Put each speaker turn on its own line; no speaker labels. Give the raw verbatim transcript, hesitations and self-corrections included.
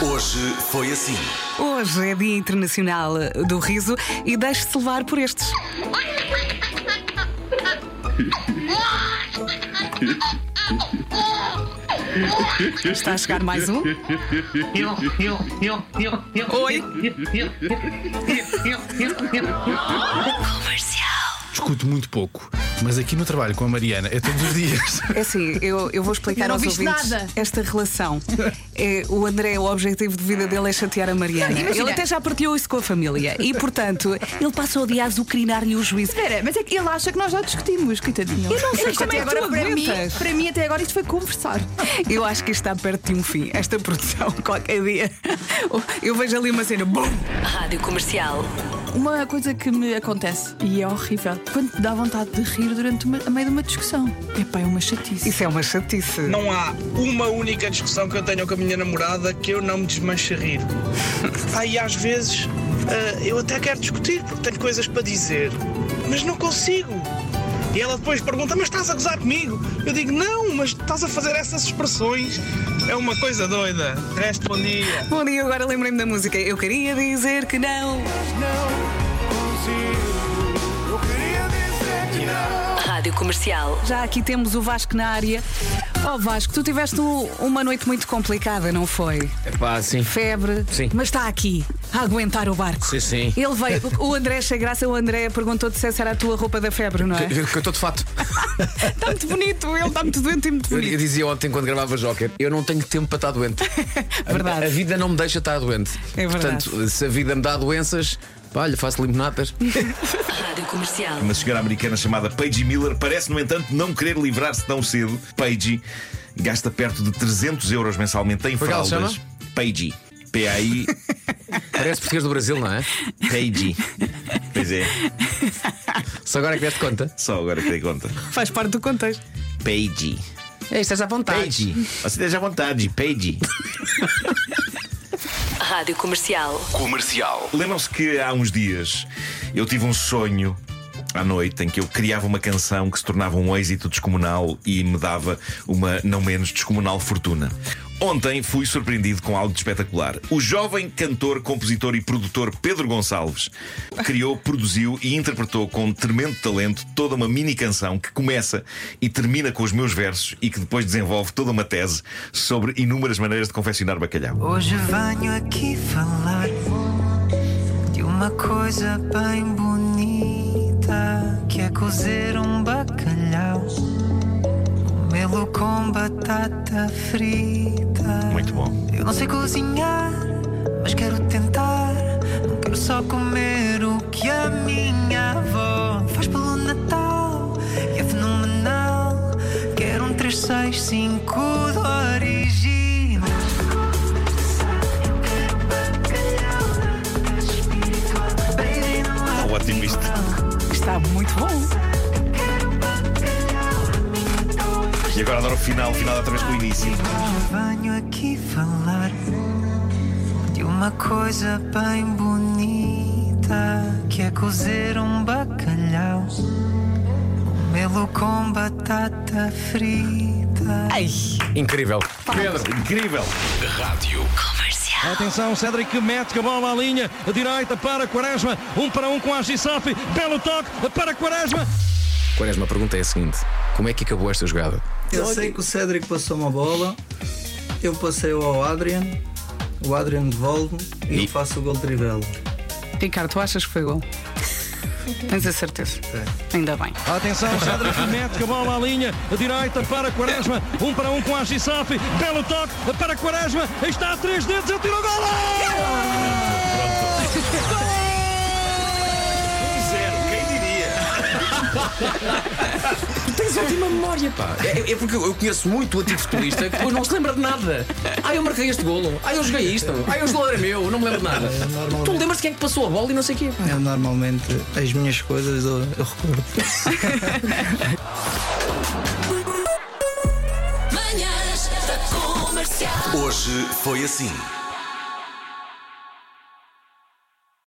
Hoje foi assim.
Hoje é Dia Internacional do Riso e deixe-se levar por estes. Está a chegar mais um? Oi?
Discuto muito pouco, mas aqui no trabalho com a Mariana é todos os dias.
É assim, eu, eu vou explicar
Eu não
aos
viste
ouvintes
nada.
esta relação. É, o André, o objetivo de vida dele é chatear a Mariana.
Imagina.
Ele até já partilhou isso com a família e, portanto, ele passa o dia a azucrinar-lhe o juízo.
Espera, mas é que ele acha que nós já discutimos, coitadinho.
Eu não sei
Isto
como
até
é que tu
agora para mim,
aguentas.
para mim até agora isto foi conversar.
Eu acho que isto está perto de um fim. Esta produção, qualquer dia, eu vejo ali uma cena, bum!
Rádio Comercial.
Uma coisa que me acontece e é horrível, quando te dá vontade de rir durante uma, a meio de uma discussão. Epá, é uma chatice.
Isso é uma chatice.
Não há uma única discussão que eu tenho com a minha namorada que eu não me desmanche a rir. Aí às vezes ah, eu até quero discutir porque tenho coisas para dizer, mas não consigo. E ela depois pergunta, mas estás a gozar comigo? Eu digo, não, mas estás a fazer essas expressões. É uma coisa doida. Resto, bom dia.
Bom dia, agora lembrei-me da música. Eu queria dizer que não.
Rádio Comercial.
Já aqui temos o Vasco na área. Oh Vasco, tu tiveste um- uma noite muito complicada, não foi?
Pá, sim.
Febre,
Sim.
mas está aqui a aguentar o barco.
Sim, sim.
Ele veio, o André achei graça, o André perguntou-te se essa era a tua roupa da febre, não é?
Que eu estou de fato.
Está muito bonito, ele está muito doente e muito
Eu, eu
bonito.
dizia ontem quando gravava Joker, eu não tenho tempo para estar doente. A-
Verdade.
A, vida não me deixa estar doente.
É verdade.
Portanto, se a vida me dá doenças, pá, olha, faço limonadas.
Rádio Comercial.
Uma senhora americana chamada Paige Miller parece, no entanto, não querer livrar-se tão cedo. Paige gasta perto de trezentos euros mensalmente em
Como é que ela se
fraldas. Paige. P A I
Parece português do Brasil, não é?
Paige. Pois é,
Só agora é que deste conta.
só agora que dei conta.
Faz parte do contexto.
Paige.
É, estás à vontade.
Paige. Você esteja à vontade, Paige.
Rádio Comercial.
Comercial.
Lembram-se que há uns dias eu tive um sonho à noite em que eu criava uma canção que se tornava um êxito descomunal e me dava uma não menos descomunal fortuna. Ontem fui surpreendido com algo de espetacular. O jovem cantor, compositor e produtor Pedro Gonçalves criou, produziu e interpretou com tremendo talento toda uma mini canção que começa e termina com os meus versos e que depois desenvolve toda uma tese sobre inúmeras maneiras de confeccionar bacalhau.
Hoje venho aqui falar de uma coisa bem bonita, que é cozer um bacalhau, comê-lo com batata frita.
Muito bom.
Eu não sei cozinhar, mas quero tentar. Não quero só comer o que a minha avó faz pelo Natal, e é fenomenal. Quero um três seis cinco de original.
Ah, ótimo isto.
Está muito bom.
E agora adoro o final, o final outra vez com o início.
Venho aqui falar de uma coisa bem bonita, que é cozer um bacalhau, comê-lo com batata frita.
Ai,
Incrível.
Pedro, incrível.
Rádio.
Atenção, Cédric mete a bola à linha, a direita para Quaresma, um para um com a Gisafi, belo toque para Quaresma.
Quaresma, a pergunta é a seguinte: como é que acabou esta jogada?
Eu sei que o Cédric passou uma bola, eu passei ao Adrian, o Adrian devolve e,
E?
eu faço o gol de trivela.
Ricardo, tu achas que foi gol? Tens a certeza? Ainda bem.
Atenção, Cédric mete a bola à linha, a direita para Quaresma, um para um com a Gisafi, belo toque para Quaresma, está a três dedos, ele tira o golo!
Zero, quem diria?
Tens ótima memória, pá. É, é porque eu conheço muito o antigo futebolista que depois não se lembra de nada. Ah, eu marquei este golo. Ah, eu joguei isto. Ah, o jogador é meu. Não me lembro de nada. Tu lembras quem é que passou a bola e não sei o quê. Pá.
Eu normalmente as minhas coisas eu, eu recordo.
Manhãs da Comercial.
Hoje foi assim.